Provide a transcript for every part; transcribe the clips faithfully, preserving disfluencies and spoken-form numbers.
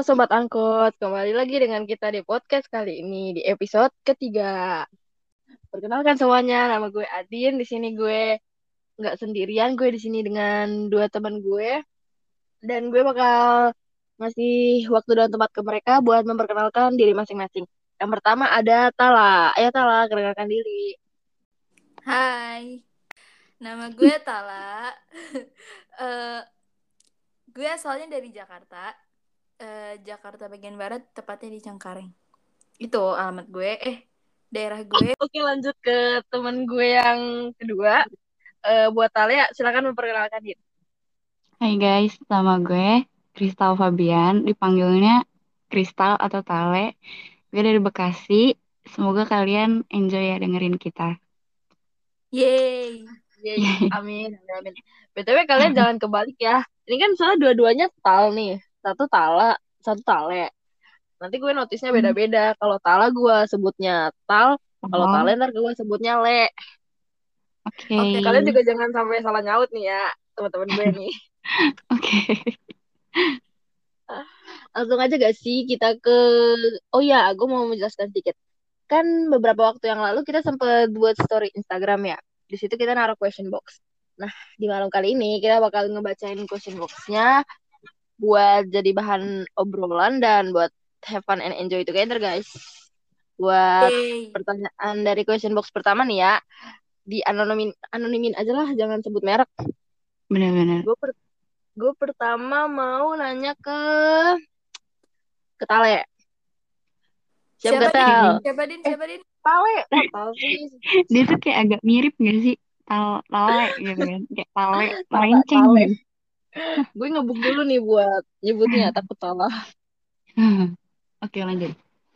Sobat Angkot, kembali lagi dengan kita di podcast kali ini di episode ketiga. Perkenalkan semuanya, nama gue Adin. Di sini gue nggak sendirian, gue di sini dengan dua teman gue dan gue bakal ngasih waktu dan tempat ke mereka buat memperkenalkan diri masing-masing. Yang pertama ada Tala. Ayo Tala, kenalkan diri. Hai, nama gue Tala. Eh, gue asalnya dari Jakarta, Eh, Jakarta bagian barat, tepatnya di Cengkareng. Itu alamat gue. Eh, daerah gue. Oke, lanjut ke teman gue yang kedua. Eh, buat Tala, ya, silakan memperkenalkan diri. Hai guys, nama gue Kristal Fabian, dipanggilnya Kristal atau Tale. Gue dari Bekasi. Semoga kalian enjoy ya dengerin kita. Yeay. Yeay, amin, amin, amin. B T W kalian jangan kebalik ya. Ini kan soalnya dua-duanya tal nih. Satu tala, satu tale. Nanti gue notisnya Hmm. beda-beda. Kalau tala gue sebutnya tal, kalau tale Oh, ntar gue sebutnya le. oke. Oke. Kalian juga jangan sampai salah nyaut nih ya, teman-teman gue nih. Oke. Langsung aja gak sih kita ke... Oh ya, gue mau menjelaskan sedikit. Kan beberapa waktu yang lalu kita sempat buat story Instagram ya. Di situ kita naruh question box. Nah, di malam kali ini kita bakal ngebacain question box-nya buat jadi bahan obrolan dan buat have fun and enjoy together guys. Buat Yeay. pertanyaan dari question box pertama nih ya, di anonimin anonimin aja lah, jangan sebut merek. Benar-benar. Gue per, gue pertama mau nanya ke ke Tale. Siap Siapa gak Din? Tal? Siapa Din? Eh, Siapa Din? Tale, kok Tal sih? Dia tuh kayak agak mirip gak sih? Tal Tale gitu kan. Kayak Tale, Tale, melenceng Tale. gitu. Gue ngebuk dulu nih buat nyebutnya, takut salah. Oke, lanjut.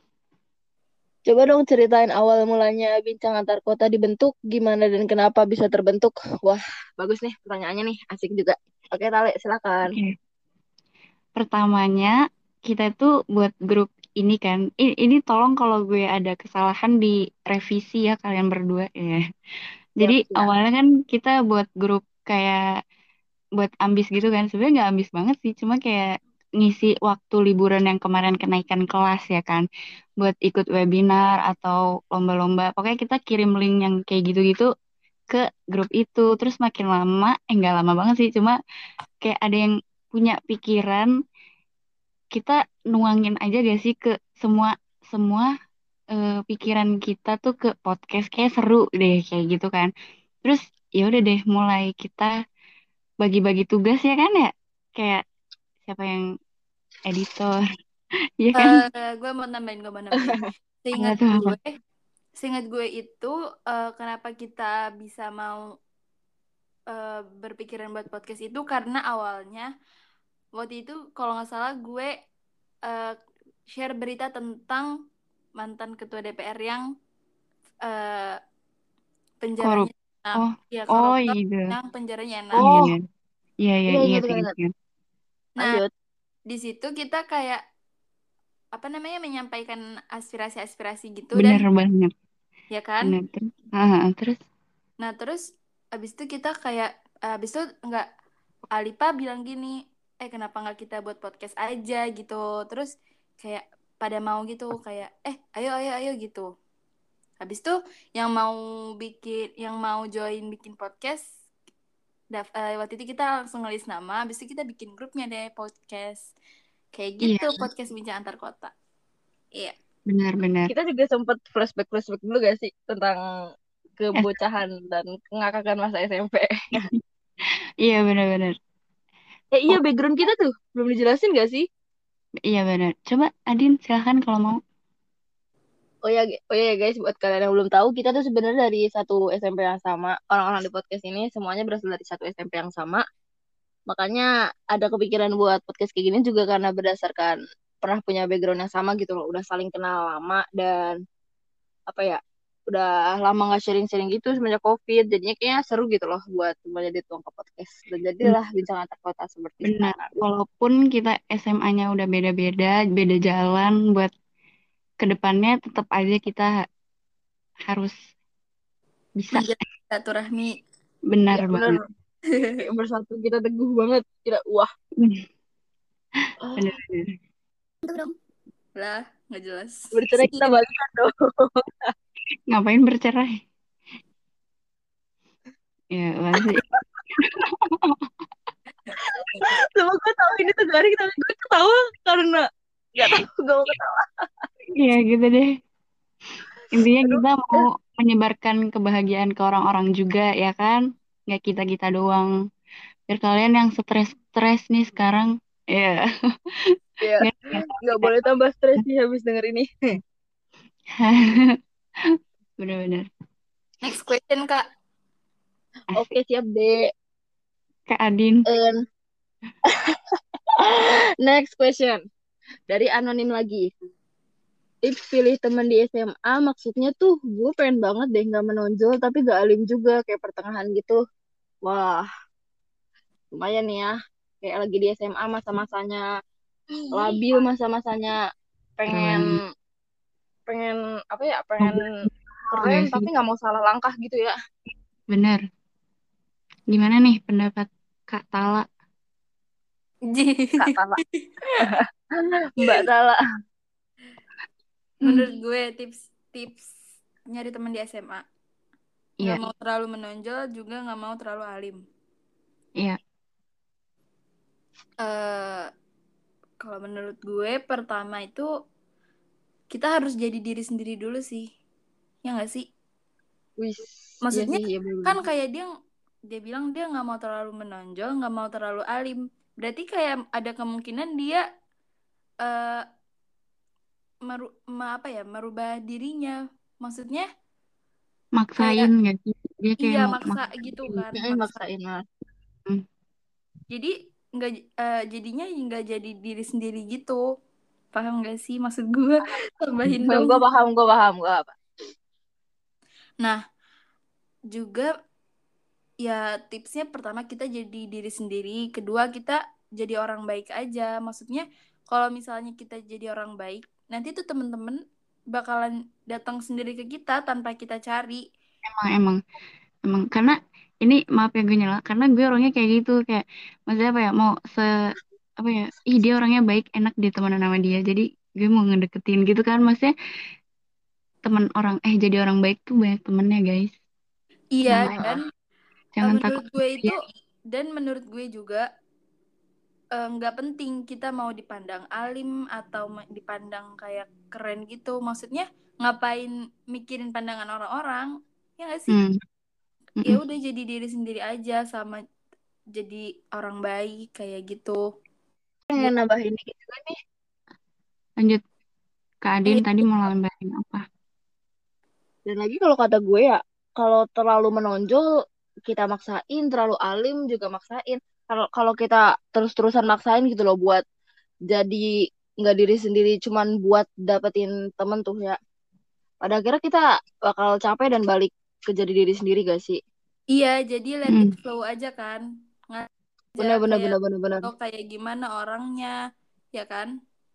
Coba dong ceritain awal mulanya Bincang Antar Kota dibentuk, gimana dan kenapa bisa terbentuk. Wah, bagus nih pertanyaannya nih, asik juga. Oke, Tale, silakan. Oke. Pertamanya kita tuh buat grup ini kan. Ini, ini tolong kalau gue ada kesalahan di revisi ya kalian berdua ya. Jadi Siap, siap. awalnya kan kita buat grup kayak buat ambis gitu kan. Sebenarnya nggak ambis banget sih, cuma kayak ngisi waktu liburan yang kemarin kenaikan kelas ya kan. Buat ikut webinar atau lomba-lomba. Pokoknya kita kirim link yang kayak gitu-gitu ke grup itu. Terus makin lama, eh nggak lama banget sih, cuma kayak ada yang punya pikiran kita nuangin aja gak sih ke semua semua eh, pikiran kita tuh ke podcast kayak seru deh kayak gitu kan. Terus ya udah deh mulai kita bagi-bagi tugas ya kan ya. Kayak siapa yang editor, ya kan? Eh, gue mau nambahin, gue mau nambahin. Apa Seingat tuh apa? gue, seingat gue itu eh, kenapa kita bisa mau eh, berpikiran buat podcast itu karena awalnya waktu itu kalau nggak salah gue eh, share berita tentang mantan ketua D P R yang eh, Korup. penjaranya enak, Oh, ya oh koruptor gitu. yang penjaranya enak Iya, Oh, gitu. iya, iya, iya iya, ingat, ingat, ingat, ingat. ingat. Nah, Lanjut. di situ kita kayak apa namanya menyampaikan aspirasi-aspirasi gitu dan Bener banget, ya kan. bener terus. Ah, terus, Nah, terus abis itu kita kayak abis itu nggak Alipa bilang gini, eh kenapa nggak kita buat podcast aja gitu. Terus kayak pada mau gitu kayak eh ayo ayo ayo gitu. Habis itu yang mau bikin yang mau join bikin podcast daf- eh, waktu itu kita langsung ngelis nama, habis itu kita bikin grupnya deh podcast. Kayak iya, gitu podcast Bincang Antar Kota. Iya. benar-benar. Kita juga sempat flashback-flashback dulu gak sih tentang kebocahan dan kengakakan masa S M P. Iya, benar-benar. Eh iya, Oh, background kita tuh belum dijelasin gak sih? iya benar. Coba Adin silahkan kalau mau. Oh ya, oh ya guys, buat kalian yang belum tahu, kita tuh sebenarnya dari satu S M P yang sama. Orang-orang di podcast ini semuanya berasal dari satu S M P yang sama. Makanya ada kepikiran buat podcast kayak gini juga karena berdasarkan pernah punya background yang sama gitu loh. Udah saling kenal lama dan apa ya, udah lama nggak sharing-sharing gitu semenjak COVID. Jadinya kayaknya seru gitu loh buat semuanya dituang ke podcast. Dan Ben- jadilah Bincang Antar Kota seperti Benar. sekarang. Walaupun kita S M A-nya udah beda-beda, beda jalan, buat kedepannya tetap aja kita harus bisa. Menjaga silaturahmi. Benar Ya bener, banget. kayak bersatu kita teguh banget. Kita wah. Benar-benar. Lah, nggak jelas. Bercerai kita balikan dong. Ngapain bercerai? Ya, masih. Semua gue tahu ini tuh garing, tapi gue ketawa karena nggak tahu gue mau ketawa. Iya gitu deh. Intinya Aduh, kita mau menyebarkan kebahagiaan ke orang-orang juga ya kan? Nggak kita-kita doang. Biar kalian yang stres-stres nih sekarang, ya ya biar nggak nggak kita. boleh tambah stres nih habis denger ini. Bener-bener. Next question, Kak. Asik. Oke, siap deh. Kak Adin. And next question dari anonim lagi. Tips pilih teman di S M A, maksudnya tuh gue pengen banget deh nggak menonjol tapi gak alim juga kayak pertengahan gitu. Wah, lumayan nih ya. Kayak lagi di S M A masa-masanya labil, masa-masanya Bener pengen banget. pengen apa ya, pengen Ngobrol keren gak tapi sih? nggak mau salah langkah gitu ya. Bener. Gimana nih pendapat Kak Tala? Kak Tala. Mbak Tala. Hmm, Menurut gue tips-tips nyari teman di S M A. Nggak iya, mau terlalu menonjol, juga nggak mau terlalu alim. iya. eh Kalau menurut gue, pertama itu kita harus jadi diri sendiri dulu sih. Ya nggak sih? Wis, iya Maksudnya sih, iya kan bener. kayak dia dia bilang dia nggak mau terlalu menonjol, nggak mau terlalu alim. Berarti kayak ada kemungkinan dia eh meru ma- apa ya merubah dirinya. Maksudnya kayak Maksain gak sih? Dia iya kayak mau maksa gitu maksain. kan, Mm, maksa. maksain lah. Hmm. Jadi nggak eh, jadinya nggak jadi diri sendiri gitu. Paham gak sih maksud gue? Tambahin dong. Gue paham, gue paham, gue apa. Nah, juga ya tipsnya pertama kita jadi diri sendiri, kedua kita jadi orang baik aja. Maksudnya kalau misalnya kita jadi orang baik, nanti tuh temen-temen bakalan datang sendiri ke kita tanpa kita cari. Emang, emang, emang. Karena ini maaf ya gue nyela. Karena gue orangnya kayak gitu. Kayak, maksudnya apa ya, mau se... Apa ya, ih dia orangnya baik, enak dia temenan sama dia. Jadi gue mau ngedeketin gitu kan. Maksudnya teman orang, eh jadi orang baik tuh banyak temennya guys. Iya, Jangan, dan eh, jangan menurut takut gue itu sendirian. dan menurut gue juga eh, nggak penting kita mau dipandang alim atau ma- dipandang kayak keren gitu. Maksudnya ngapain mikirin pandangan orang-orang? Ya nggak sih? Hmm, Ya mm-mm. udah jadi diri sendiri aja sama jadi orang baik kayak gitu. Pengen Biar nambahin dikit juga nih. Lanjut, Kak Adin eh tadi mau nambahin apa? Dan lagi kalau kata gue ya, kalau terlalu menonjol kita maksain, terlalu alim juga maksain. Kalau kalau kita terus-terusan maksain gitu loh buat jadi nggak diri sendiri, cuman buat dapetin temen tuh ya. Pada akhirnya kita bakal capek dan balik ke jadi diri sendiri gak sih? iya, jadi let it Hmm, flow aja kan. Nggak aja Bener bener kayak bener bener bener. oh kayak gimana orangnya, ya kan?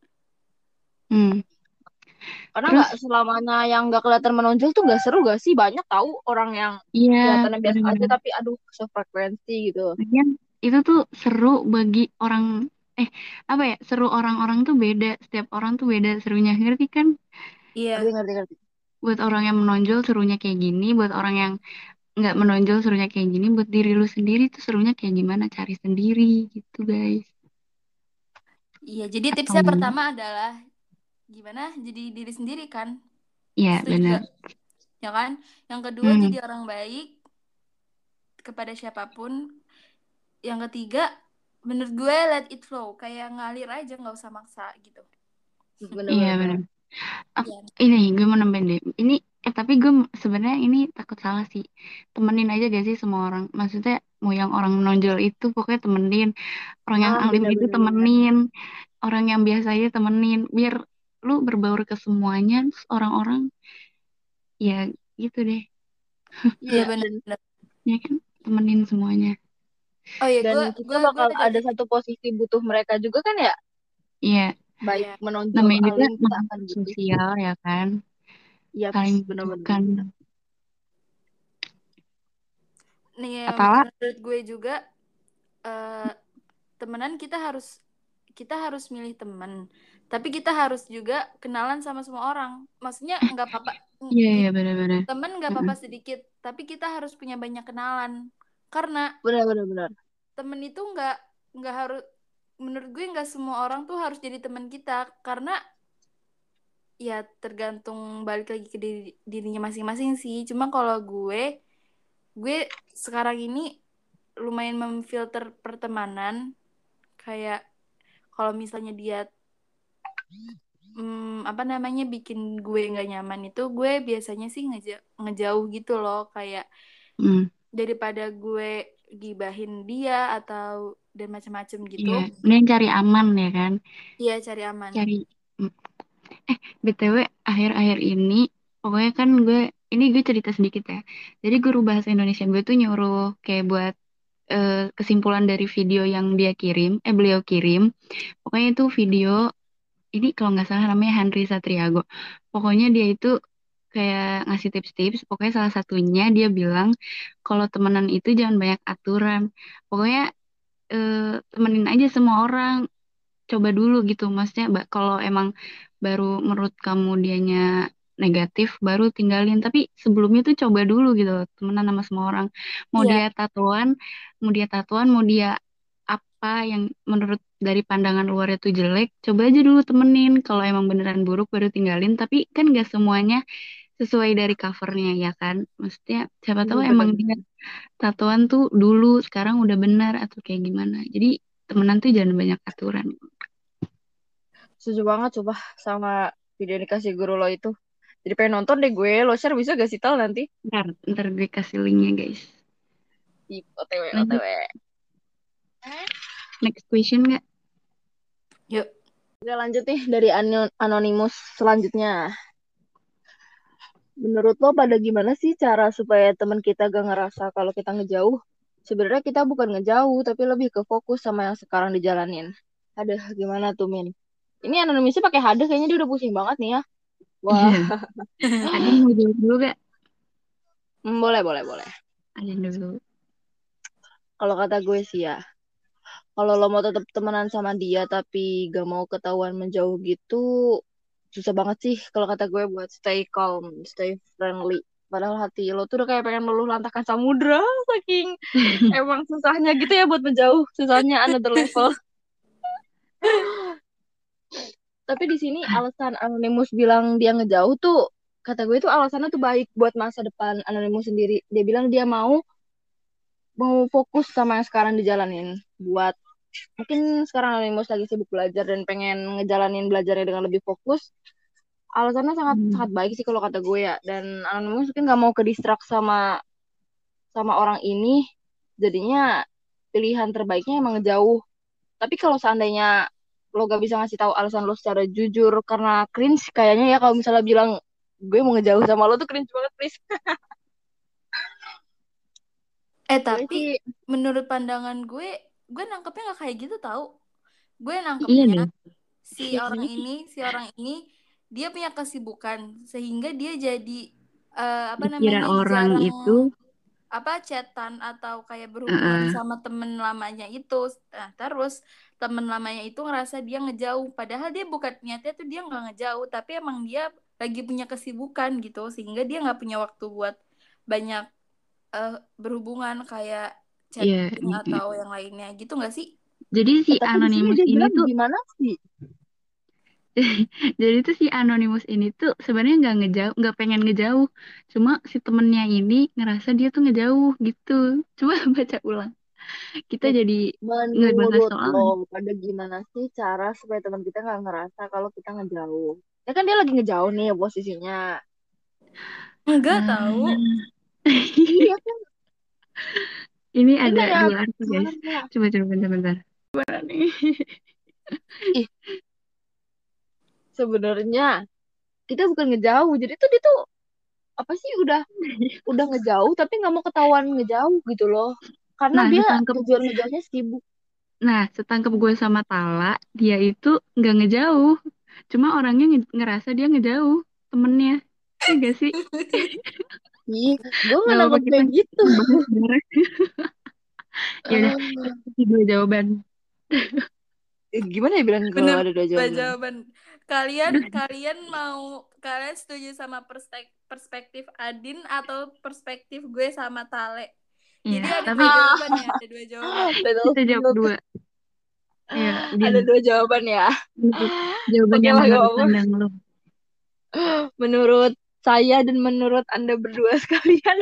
hmm. Karena nggak Terus, selamanya yang nggak kelihatan menonjol tuh nggak seru gak sih? Banyak tahu orang yang iya, kelihatannya biasa aja bener-bener. tapi aduh sefrekuensi gitu. Lagian itu tuh seru bagi orang eh apa ya seru orang-orang tuh beda setiap orang tuh beda serunya ngerti kan Ngerti Iya, ngerti ngerti. buat orang yang menonjol serunya kayak gini buat orang yang nggak menonjol serunya kayak gini buat diri lu sendiri tuh serunya kayak gimana cari sendiri gitu guys iya. Jadi atau tipsnya gimana pertama adalah gimana jadi diri sendiri kan? ya Setuju benar gak? Ya kan? Yang kedua hmm jadi orang baik kepada siapapun. Yang ketiga, menurut gue let it flow, kayak ngalir aja nggak usah maksa gitu. Bener iya bener benar bener. Ap- Iya. ini gue mau nambahin deh ini eh tapi gue sebenarnya ini takut salah sih temenin aja gak sih semua orang maksudnya mau yang orang menonjol itu pokoknya temenin orang yang Ah alim bener itu bener bener. temenin orang yang biasa aja temenin biar lu berbaur ke semuanya terus orang-orang ya gitu deh Iya Iya dan benar-benar. ya kan temenin semuanya Oh ya, dan gue kita gue gue bakal ada ada ide. satu posisi butuh mereka juga kan ya, ya baik Iya. menonjol namanya juga alim kita akan makhluk butuh. sosial ya kan Iya saling bener-bener. membutuhkan Nih em, katalah menurut gue juga eh, temenan kita harus kita harus milih teman. tapi kita harus juga kenalan sama semua orang. Maksudnya nggak apa-apa, Iya, iya, benar-benar. temen nggak Heeh. apa-apa sedikit, tapi kita harus punya banyak kenalan. Karena Benar benar benar. temen itu nggak nggak harus, menurut gue nggak semua orang tuh harus jadi teman kita, karena ya tergantung balik lagi ke diri, dirinya masing-masing sih. Cuma kalau gue, gue sekarang ini lumayan memfilter pertemanan. Kayak kalau misalnya dia hmm, apa namanya bikin gue nggak nyaman, itu gue biasanya sih ngeja- ngejauh gitu loh. Kayak Hmm, daripada gue gibahin dia atau dan macam-macam gitu, iya. Mending cari aman ya kan. iya cari aman. Cari. Hmm. Eh, B T W akhir-akhir ini, pokoknya kan gue, ini gue cerita sedikit ya. Jadi guru bahasa Indonesia gue tuh nyuruh kayak buat eh, kesimpulan dari video yang dia kirim, eh beliau kirim. Pokoknya itu video, ini kalau nggak salah namanya Henry Satriago. Pokoknya dia itu kayak ngasih tips-tips. Pokoknya salah satunya dia bilang kalau temenan itu jangan banyak aturan. Pokoknya eh, temenin aja semua orang, coba dulu gitu. Maksudnya ba- kalau emang baru menurut kamu dianya negatif, baru tinggalin. Tapi sebelumnya tuh coba dulu gitu loh, temenan sama semua orang. Mau Iya, dia tatoan, mau dia tatoan, mau dia apa yang menurut dari pandangan luarnya tuh jelek, coba aja dulu temenin. Kalau emang beneran buruk, baru tinggalin. Tapi kan gak semuanya sesuai dari covernya ya kan. Maksudnya siapa tahu Iya emang benar dia benar. tatoan tuh dulu, sekarang udah benar atau kayak gimana. Jadi temenan tuh jangan banyak aturan. Setuju banget coba sama video yang dikasih guru lo itu. Jadi pengen nonton deh gue. Lo share bisa gak sih Tal nanti? Ntar, ntar gue kasih linknya guys. Di O T W Lanjut, O T W. next question nggak? yuk. Oke lanjut nih dari Ano- Anonymous selanjutnya. Menurut lo pada gimana sih cara supaya teman kita gak ngerasa kalau kita ngejauh? Sebenarnya kita bukan ngejauh, tapi lebih ke fokus sama yang sekarang dijalanin. Ada gimana tuh Min? Ini anonimisnya pakai hade, kayaknya dia udah pusing banget nih ya. Wah, Iya. Ada yang mau jawab dulu gak? hmm, boleh boleh boleh. Ada yang dulu. Kalau kata gue sih ya, kalau lo mau tetap temenan sama dia tapi gak mau ketahuan menjauh gitu, susah banget sih kalau kata gue buat stay calm, stay friendly. Padahal hati lo tuh udah kayak pengen meluluh lantahkan samudra, saking emang susahnya gitu ya buat menjauh, susahnya another level. Tapi di sini alasan Anonymous bilang dia ngejauh tuh, kata gue tuh alasannya tuh baik buat masa depan Anonymous sendiri. Dia bilang dia mau mau fokus sama yang sekarang dijalanin buat mungkin sekarang Anonymous lagi sibuk belajar dan pengen ngejalanin belajarnya dengan lebih fokus. Alasannya sangat Hmm. sangat baik sih kalau kata gue ya. Dan Anonymous mungkin nggak mau ke distract sama sama orang ini, jadinya pilihan terbaiknya emang ngejauh. Tapi kalau seandainya lo gak bisa ngasih tahu alasan lo secara jujur karena cringe, kayaknya ya kalau misalnya bilang gue mau ngejauh sama lo tuh cringe banget, please. Eh Gue tapi sih menurut pandangan gue, gue nangkepnya nggak kayak gitu tau. Gue Iya nangkepnya deh. si orang ini, si orang ini dia punya kesibukan sehingga dia jadi eh, apa Dikira namanya orang jarang itu, apa chatan atau kayak berhubungan uh, sama temen lamanya itu. Nah, terus temen lamanya itu ngerasa dia ngejauh, padahal dia bukan niatnya tuh dia nggak ngejauh, tapi emang dia lagi punya kesibukan gitu sehingga dia nggak punya waktu buat banyak eh, berhubungan kayak iya, chatting iya. atau yang lainnya gitu nggak sih? Jadi si eh, tapi di sini Anonymous dia ini bilang tuh, gimana sih? jadi tuh si Anonymous ini tuh sebenarnya nggak ngejauh, nggak pengen ngejauh. Cuma si temennya ini ngerasa dia tuh ngejauh gitu. Coba baca ulang. Kita Nih, jadi ngebahas menurut lo soal. pada gimana sih cara supaya teman kita nggak ngerasa kalau kita ngejauh? Ya kan dia lagi ngejauh nih posisinya. Enggak tahu. Ah. Iya kan? Ini Ini ada banyak dua arti guys. cara. Coba coba bentar-bentar. Mana nih? Ih, sebenarnya kita bukan ngejauh. Jadi tuh dia tuh apa sih udah udah ngejauh tapi nggak mau ketahuan ngejauh gitu loh. Karena Nah, dia setangkep, tujuan ngejauhnya sibuk. nah setangkep gue sama Tala, dia itu nggak ngejauh. Cuma orangnya nge- ngerasa dia ngejauh temennya. Ya gak sih? Ih, gue nggak Gak apa-apa nangkep kita kayak gitu. ngebahas sebenarnya. Ya udah, Eh, kasih dua jawaban. Eh, gimana ya bilang kalau Bener ada dua dua jawaban? jawaban. Kalian Aduh, kalian mau kalian setuju sama perstek- perspektif Adin atau perspektif gue sama Tale? iya. Jadi ada Tapi dua Ah, jawaban ya, ada dua jawaban. little kita jawab snook. dua. Ya, Din. Ada dua jawaban ya. Jawaban Oke yang lah, gak menurut apa-apa. pandang lo. Menurut saya dan menurut Anda berdua sekalian.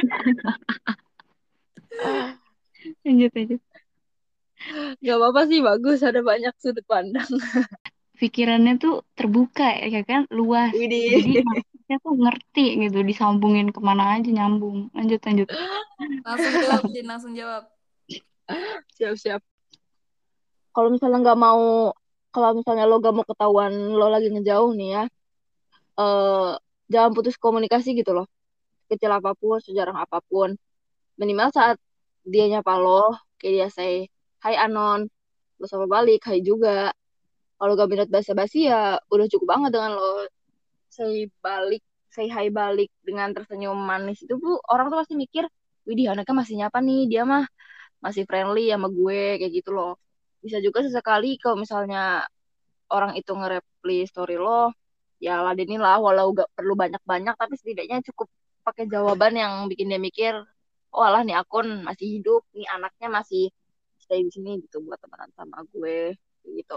Lanjut aja. Gak apa-apa sih, bagus. Ada banyak sudut pandang. Pikirannya tuh terbuka ya kan, luas. Jadi Widih. maksudnya tuh ngerti gitu, disambungin kemana aja nyambung. Lanjut, lanjut. Langsung jawab, Din, langsung jawab. Siap-siap. Kalau misalnya nggak mau, kalau misalnya lo gak mau ketahuan lo lagi ngejauh nih ya, eh jangan putus komunikasi gitu loh. Kecil apapun, sejarah apapun. Minimal saat dia nyapa lo, kayak dia say, hai Anon, lo sama balik, hai juga. Kalau gak minat basa-basi ya udah cukup banget dengan lo say balik, say hai balik dengan tersenyum manis itu tuh orang tuh pasti mikir, widih anaknya masih nyapa nih, dia mah masih friendly sama gue kayak gitu loh. Bisa juga sesekali kalau misalnya orang itu nge-reply story lo, ya ladenin lah walau gak perlu banyak-banyak tapi setidaknya cukup pakai jawaban yang bikin dia mikir, oh alah nih akun masih hidup, nih anaknya masih stay di sini gitu buat temenan sama gue kayak gitu.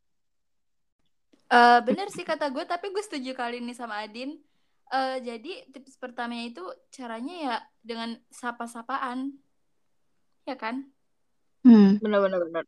Eh bener sih kata gue, tapi gue setuju kali ini sama Adin. Eh jadi tips pertamanya itu caranya ya dengan sapa-sapaan, ya kan? Hmm. Bener-bener bener.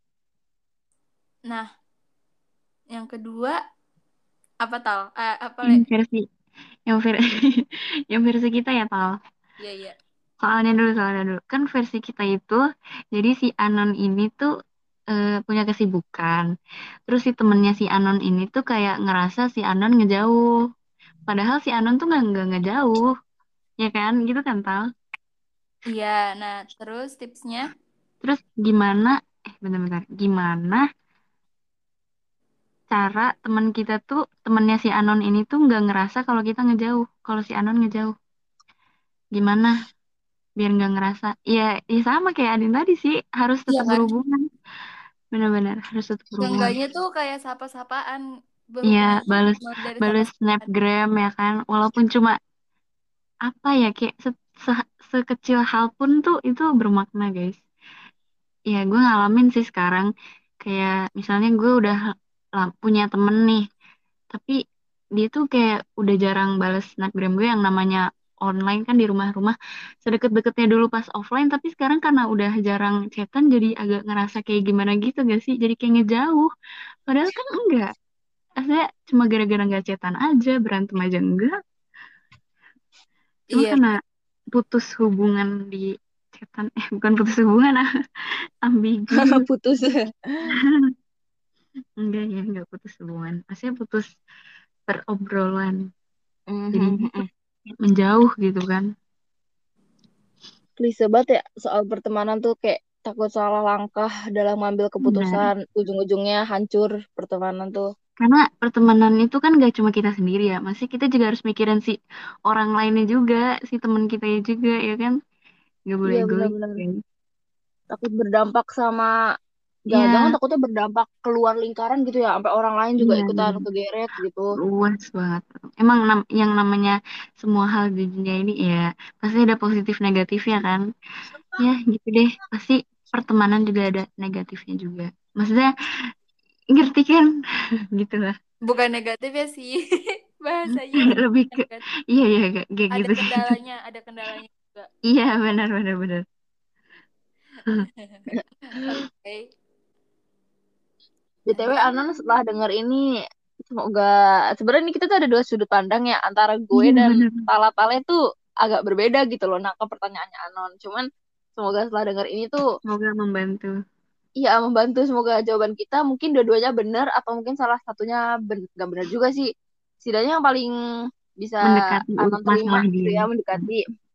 Nah, yang kedua apa tal? Eh, apa le? Yang versi, yang versi, yang versi kita ya, Tal. Iya iya. Soalnya dulu, soalnya dulu. Kan versi kita itu, jadi si Anon ini tuh eh, punya kesibukan. Terus si temennya si Anon ini tuh kayak ngerasa si Anon ngejauh. Padahal si Anon tuh nggak nggak ngejauh, ya kan? Gitu kan, Tal? Iya, nah terus tipsnya? Terus gimana, eh bentar-bentar, gimana cara teman kita tuh, temennya si Anon ini tuh nggak ngerasa kalau kita ngejauh, kalau si Anon ngejauh. Gimana biar nggak ngerasa? Ya, ya sama kayak Adin tadi sih, harus Iya tetap kan? berhubungan. Benar-benar harus tetap berhubungan. Seenggaknya tuh kayak sapa-sapaan, Iya, berhubungan tuh balas mulai dari balas sapa-sapaan. snapgram ya kan, walaupun cuma apa ya kayak se- se- sekecil hal pun tuh itu bermakna guys. Ya gue ngalamin sih sekarang kayak misalnya gue udah la- punya temen nih, tapi dia tuh kayak udah jarang balas snapgram gue yang namanya online kan di rumah-rumah sedekat-dekatnya dulu pas offline, tapi sekarang karena udah jarang chatan jadi agak ngerasa kayak gimana gitu gak sih, jadi kayak ngejauh padahal kan enggak. Saya cuma gara-gara nggak chatan aja, berantem aja enggak. Cuma Iya, karena putus hubungan di chatan, eh bukan putus hubungan, ah, ambigu. Putus. Enggak ya, enggak putus hubungan. Maksudnya putus perobrolan. Jadinya tuh Mhm. menjauh gitu kan. Klise banget ya soal pertemanan tuh kayak takut salah langkah dalam mengambil Benar. keputusan, ujung-ujungnya hancur pertemanan tuh. Karena pertemanan itu kan gak cuma kita sendiri ya. Masih kita juga harus mikirin si orang lainnya juga, si teman kita juga ya kan. Gak boleh Iya egois benar-benar. kan. Takut berdampak sama, jangan-jangan Iya, takutnya berdampak keluar lingkaran gitu ya, sampai orang lain juga iya, ikutan benar. kegeret gitu. Luas banget. Emang nam- yang namanya semua hal di dunia ini ya pasti ada positif negatifnya kan. Ya gitu deh. Pasti pertemanan juga ada negatifnya juga. Maksudnya ngerti kan? Gitu lah. bukan negatif ya sih. Bahasanya sih Lebih ke negatif. iya iya kayak kayak Ada gitu gitu. kendalanya, ada kendalanya juga. Iya benar benar benar. Oke. B T W Lanjut. Anon setelah denger ini, semoga, sebenarnya ini kita tuh ada dua sudut pandang ya, antara gue Iya dan benar. Tala-Tala itu agak berbeda gitu loh nangkep pertanyaannya Anon. Cuman semoga setelah denger ini tuh, Semoga membantu iya membantu, semoga jawaban kita mungkin dua-duanya benar atau mungkin salah satunya ben gak benar juga sih. Setidaknya yang paling bisa mendekati Anon terima masalah gitu dia. ya, mendekati.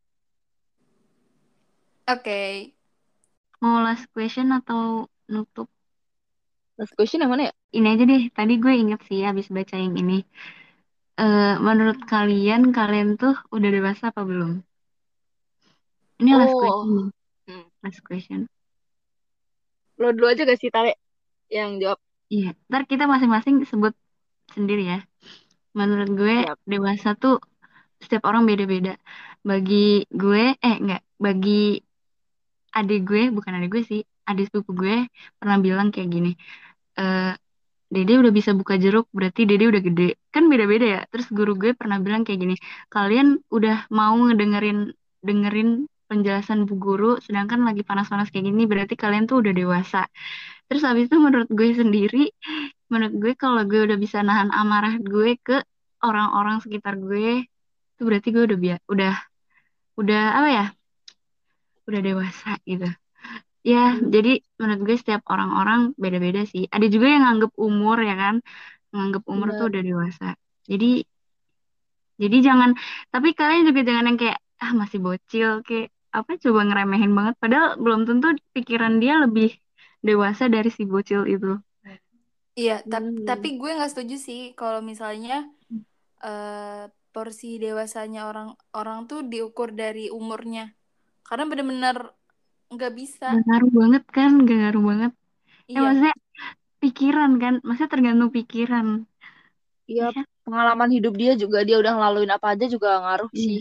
Oke. Mau last question atau nutup? Last question yang mana ya? Ini aja deh. Tadi gue inget sih habis baca yang ini. Eh, menurut kalian, kalian tuh udah dewasa apa belum? Ini last Oh, question nih. hmm. Last question. Lo dulu aja gak sih Tale yang jawab? Iya, ntar kita masing-masing sebut sendiri ya. Menurut gue Siap. dewasa tuh setiap orang beda-beda. Bagi gue, eh enggak, bagi adik gue, bukan adik gue sih, adik sepupu gue pernah bilang kayak gini, eh Dede udah bisa buka jeruk, berarti Dede udah gede. Kan beda-beda ya. Terus guru gue pernah bilang kayak gini, kalian udah mau ngedengerin dengerin penjelasan bu guru, sedangkan lagi panas-panas kayak gini, berarti kalian tuh udah dewasa. Terus habis itu menurut gue sendiri, menurut gue kalau gue udah bisa nahan amarah gue ke orang-orang sekitar gue, itu berarti gue udah biasa, udah udah apa ya, udah dewasa gitu. Ya, Hmm. jadi menurut gue setiap orang-orang beda-beda sih. Ada juga yang nganggep umur ya kan, nganggep umur tuh Benar. udah dewasa. Jadi, jadi jangan, tapi kalian juga jangan yang kayak ah masih bocil, kayak apa coba ngeremehin banget. Padahal belum tentu pikiran dia lebih dewasa dari si bocil itu. Iya, tap- tapi Hmm. gue nggak setuju sih kalau misalnya eh, porsi dewasanya orang orang tuh diukur dari umurnya. Karena bener-bener nggak bisa. Gak ngaruh banget kan, gak ngaruh banget. Eh Iya, maksudnya pikiran kan, maksudnya tergantung pikiran. Iya, Ya kan? pengalaman hidup dia juga dia udah ngelaluin apa aja juga ngaruh sih. Iya.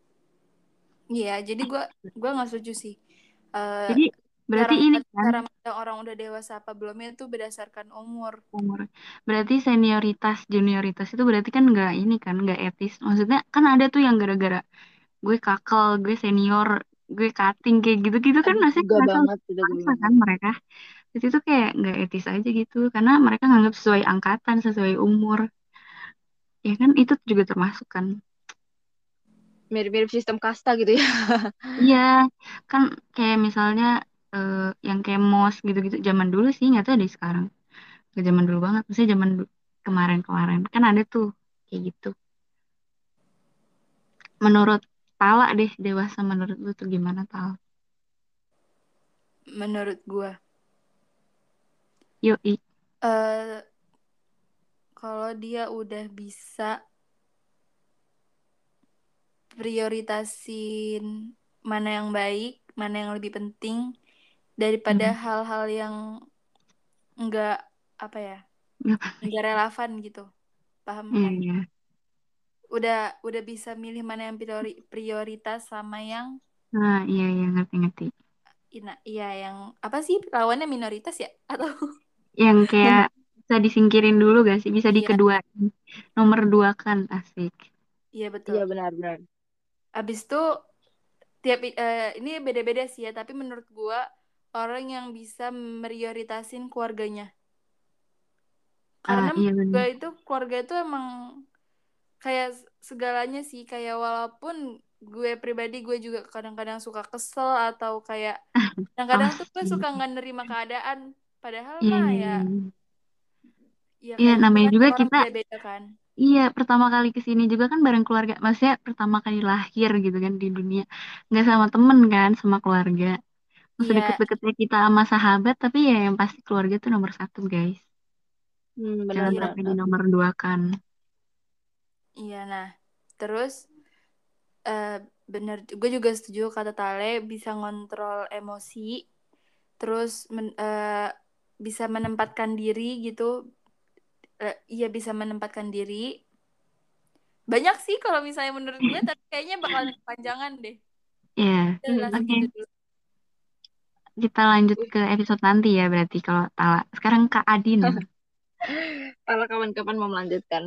iya. Jadi gue gue nggak setuju sih. Eh, Jadi cara berarti ini kan cara mandang orang udah dewasa apa belumnya itu berdasarkan umur. umur. Berarti senioritas, junioritas itu berarti kan nggak ini kan, nggak etis. Maksudnya kan ada tuh yang gara-gara gue kakal, gue senior, gue cutting kayak gitu-gitu kan Aduh, masih gak ngerasa banget, udah gak masa banget. kan mereka. Jadi itu kayak nggak etis aja gitu, karena mereka nganggap sesuai angkatan, sesuai umur. Ya kan itu juga termasuk kan. Mirip-mirip sistem kasta gitu ya. Iya, kan kayak misalnya eh, yang kayak mos gitu-gitu zaman dulu sih nggak tahu deh sekarang. Nggak zaman dulu banget, maksudnya zaman du- kemarin-kemarin kan ada tuh kayak gitu. Menurut Tala deh dewasa menurut lu tuh gimana Tal? Menurut gue. Yuk, i. eh kalau dia udah bisa prioritasin mana yang baik, mana yang lebih penting daripada Hmm, hal-hal yang enggak apa ya, Apa? enggak relevan gitu. Paham Iya, kan? iya. Udah udah bisa milih mana yang priori, prioritas sama yang Nah, iya, iya, ngerti-ngerti. ina, iya yang apa sih lawannya minoritas ya? Atau Yang kayak bisa disingkirin dulu gak sih? Bisa iya, dikedua, nomor dua kan, asik. iya betul. Iya, benar-benar. Abis itu tiap eh, ini beda-beda sih ya, tapi menurut gua orang yang bisa prioritasin keluarganya. Ah, Karena iya menurut gua benar. itu keluarga itu emang kayak segalanya sih, kayak walaupun gue pribadi gue juga kadang-kadang suka kesel atau kayak kadang-kadang tuh gue Pasti. suka nggak nerima keadaan padahal Iya, mah iya, ya iya. ya Iya, kayak gitu namanya kan juga tiap orang kita, beda-beda kan. iya, pertama kali ke sini juga kan bareng keluarga. Maksudnya pertama kali lahir gitu kan di dunia. Nggak sama temen kan, sama keluarga. Masa Iya, deket-deketnya kita sama sahabat, tapi ya yang pasti keluarga tuh nomor satu, guys. Hmm, Jangan iya, benar-benar. sampai di nomor dua kan. iya. Nah, terus eh, bener, gue juga setuju kata Tale bisa ngontrol emosi, terus men- eh, bisa menempatkan diri gitu. Eh, iya bisa menempatkan diri. Banyak sih kalau misalnya menurut gue, tapi kayaknya bakalan kepanjangan deh. Ya, Udah oke. segitu dulu. Kita lanjut ke episode nanti ya berarti kalau Tala. Sekarang Kak Adin. Kalau kawan-kawan mau melanjutkan.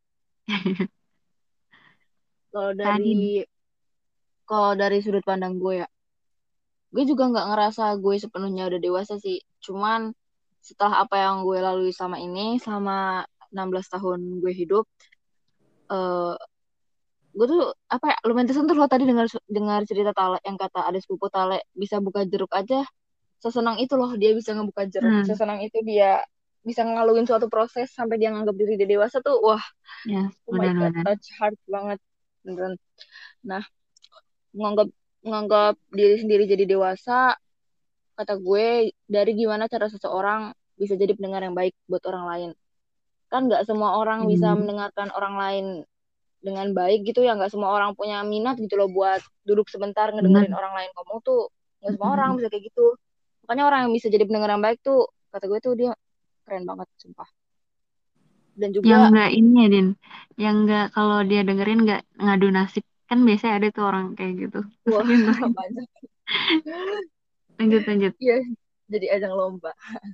Kalau Kak Adin. dari kalau dari sudut pandang gue ya, gue juga nggak ngerasa gue sepenuhnya udah dewasa sih. Cuman setelah apa yang gue lalui sama ini, sama enam belas tahun gue hidup, eh gue tuh apa ya, lumayan tersentuh loh tadi dengar dengar cerita Tale yang kata ada sepupu Tale bisa buka jeruk aja sesenang itu loh dia bisa ngebuka jeruk, Hmm, sesenang itu dia bisa ngelaluin suatu proses sampai dia nganggap diri dia dewasa tuh wah, ya oh my god, benar-benar. touch heart banget beneran. Nah, menganggap menganggap diri sendiri jadi dewasa, kata gue dari gimana cara seseorang bisa jadi pendengar yang baik buat orang lain. Kan nggak semua orang bisa Hmm, mendengarkan orang lain dengan baik gitu ya, nggak semua orang punya minat gitu loh buat duduk sebentar benar. ngedengerin orang lain ngomong tuh, nggak semua orang Hmm, bisa kayak gitu. Makanya orang yang bisa jadi pendengar yang baik tuh kata gue tuh dia keren banget sumpah. Dan Yang juga enggak ini ya, Din. Yang enggak kalau dia dengerin enggak ngadu nasib. Kan biasanya ada tuh orang kayak gitu. wah Ngeselin tuh. banyak. Lanjut, lanjut. Iya, jadi ajang lomba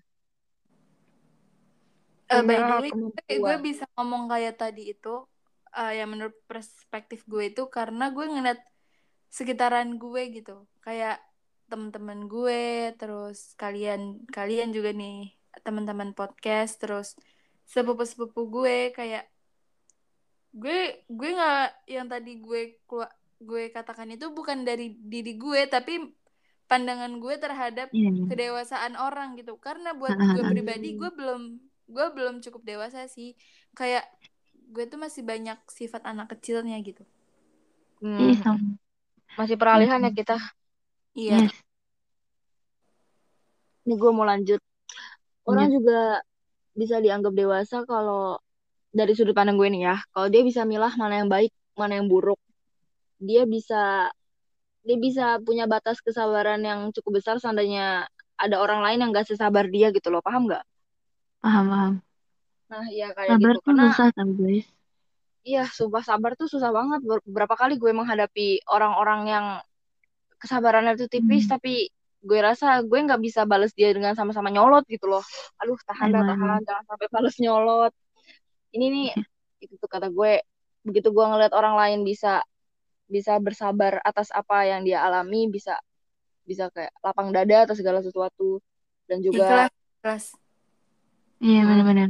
Eh, by punya the way, gue, gue kemampuan. bisa ngomong kayak tadi itu, eh, yang menurut perspektif gue itu karena gue ngeliat sekitaran gue gitu, kayak teman-teman gue, terus kalian kalian juga nih teman-teman podcast, terus sepupu-sepupu gue, kayak gue gue nggak yang tadi gue keluar gue katakan itu bukan dari diri gue, tapi pandangan gue terhadap Iya, iya. kedewasaan orang gitu, karena buat gue Heeh. pribadi Hmm. gue belum gue belum cukup dewasa sih, kayak gue tuh masih banyak sifat anak kecilnya gitu. Iya, Hmm. sama. Masih peralihan ya kita. Iya. Yes, Ini gue mau lanjut. Orang lanjut. juga bisa dianggap dewasa kalau dari sudut pandang gue nih ya. Kalau dia bisa milah mana yang baik, mana yang buruk. Dia bisa dia bisa punya batas kesabaran yang cukup besar seandainya ada orang lain yang gak sesabar dia gitu loh. Paham nggak? Paham, paham. Nah, ya kayak Sabar gitu. tuh Karena susah tau, guys. iya, sumpah sabar tuh susah banget. Ber- Beberapa kali gue menghadapi orang-orang yang kesabarannya tuh tipis, Hmm. tapi gue rasa gue nggak bisa balas dia dengan sama-sama nyolot gitu loh. Aduh, tahan dah, Emang, tahan. emang. Jangan sampai balas nyolot. Ini nih, itu tuh kata gue. Begitu gue ngeliat orang lain bisa bisa bersabar atas apa yang dia alami, bisa bisa kayak lapang dada atas segala sesuatu. Dan juga, Ikhlas, ikhlas. Iya, mm, benar-benar.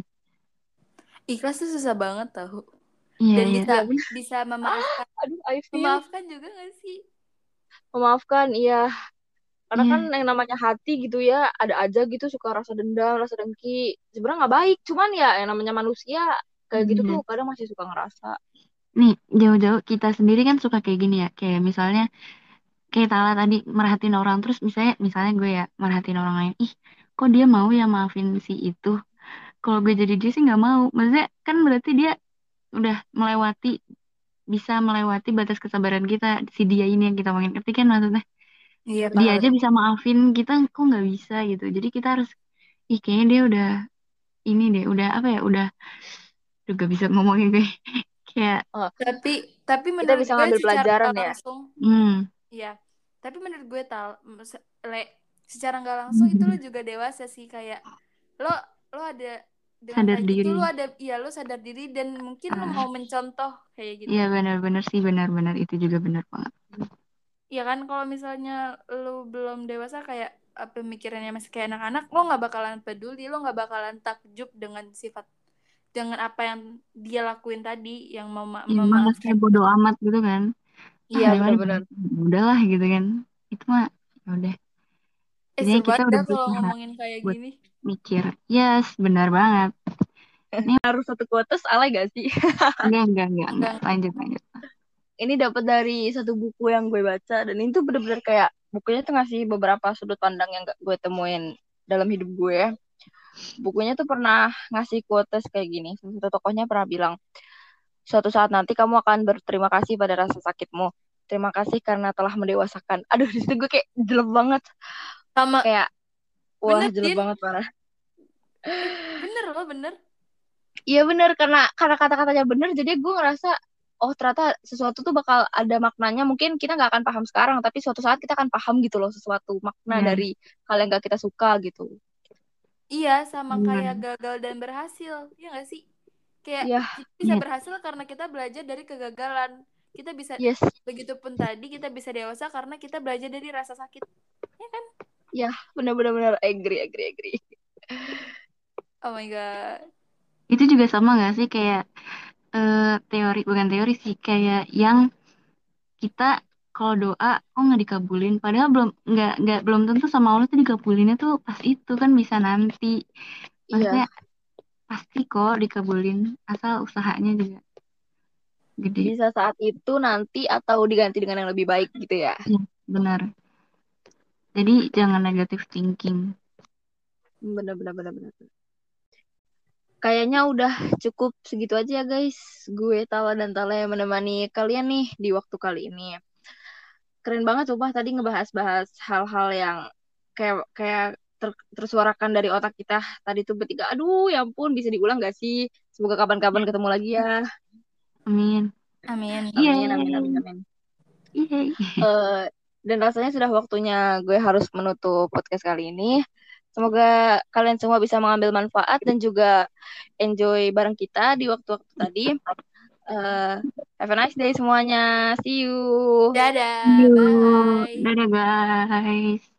Ikhlas tuh susah banget tau. Iya, Dan iya. bisa iya bener. bisa Ah, memaafkan. aduh, I feel. Memaafkan juga gak sih? Memaafkan, iya. Karena kan Iya, yang namanya hati gitu ya, ada aja gitu suka rasa dendam, rasa dengki. Sebenarnya nggak baik, cuman ya yang namanya manusia kayak gitu tuh benar. kadang masih suka ngerasa. Nih, jauh-jauh kita sendiri kan suka kayak gini ya. Kayak misalnya, kayak Tala tadi merhatiin orang. Terus misalnya, misalnya gue ya merhatiin orang lain. Ih, kok dia mau ya maafin si itu? Kalau gue jadi dia sih nggak mau. Maksudnya kan berarti dia udah melewati, bisa melewati batas kesabaran kita. Si dia ini yang kita makin ngerti kan maksudnya. Iya, Dia paham. aja bisa maafin kita, kok nggak bisa gitu. Jadi kita harus, ih kayaknya dia udah ini deh, udah apa ya, udah juga bisa ngomongin gue. Kayak, Oh, Tapi tapi kita menurut bisa gue ngambil secara pelajaran nggak ya. langsung, hmm, ya. Tapi menurut gue tal, se- le, secara nggak langsung itu lo juga dewasa sih, kayak lo lo ada dengan sadar kayak gitu diri. lo ada, ya lo sadar diri dan mungkin lo Ah, mau mencontoh kayak gitu. iya benar-benar sih, benar-benar itu juga benar banget. Ya kan kalau misalnya lo belum dewasa, kayak eh, pemikirannya masih kayak anak-anak, lo nggak bakalan peduli, lo nggak bakalan takjub dengan sifat, dengan apa yang dia lakuin tadi, yang mema- Ya malah memaafkan. kayak bodo amat gitu kan. Ah Iya daripada benar-benar. udahlah gitu kan. Itu mah ya udah. Eh Jadinya seru kita banget udah dah kalau berusaha ngomongin kayak buat gini. mikir. Yes, benar banget. Ini Harus satu quotes alay gak sih? enggak, enggak, enggak, enggak. Enggak. Lanjut, lanjut. Ini dapat dari satu buku yang gue baca dan itu bener-bener kayak bukunya tuh ngasih beberapa sudut pandang yang gak gue temuin dalam hidup gue. Bukunya tuh pernah ngasih quotes kayak gini. Salah satu tokohnya pernah bilang, suatu saat nanti kamu akan berterima kasih pada rasa sakitmu. Terima kasih karena telah mendewasakan. Aduh, di situ gue kayak jelek banget. Sama, Kayak, wah bener jelek Din. banget parah. Eh, bener loh, bener. Iya bener, karena karena kata-katanya bener, jadi gue ngerasa, oh ternyata sesuatu tuh bakal ada maknanya. Mungkin kita nggak akan paham sekarang, tapi suatu saat kita akan paham gitu loh sesuatu makna Iya, dari hal yang gak kita suka gitu. Iya, sama kayak benar. gagal dan berhasil. Iya gak sih? Kayak Iya, kita bisa Iya, berhasil karena kita belajar dari kegagalan. Kita bisa, yes, begitupun tadi kita bisa dewasa karena kita belajar dari rasa sakit. Ya kan? ya bener-bener bener agree, agree, agree. Oh my God. itu juga sama nggak sih kayak eh, teori, bukan teori sih, kayak yang kita kalau doa kok nggak dikabulin, padahal belum nggak nggak belum tentu sama Allah tuh dikabulinnya tuh pas itu kan bisa nanti. Iya, Maksudnya pasti kok dikabulin asal usahanya juga gede. bisa saat itu nanti atau diganti dengan yang lebih baik gitu ya. Ya, benar. Jadi jangan negatif thinking. Bener-bener bener bener. Kayaknya udah cukup segitu aja ya guys. Gue Tala dan Tala yang menemani kalian nih di waktu kali ini. Keren banget coba tadi ngebahas-bahas hal-hal yang kayak kayak ter- tersuarakan dari otak kita tadi tuh bertiga. Aduh, ya ampun, bisa diulang gak sih? Semoga kapan-kapan ketemu lagi ya. Amin. Amin. Amin, amin, amin, Yeay. amin. Yeay. Eh, dan rasanya sudah waktunya gue harus menutup podcast kali ini. Semoga kalian semua bisa mengambil manfaat dan juga enjoy bareng kita di waktu-waktu tadi. Eh, have a nice day semuanya. See you. Dadah, Yuk, bye. dadah guys.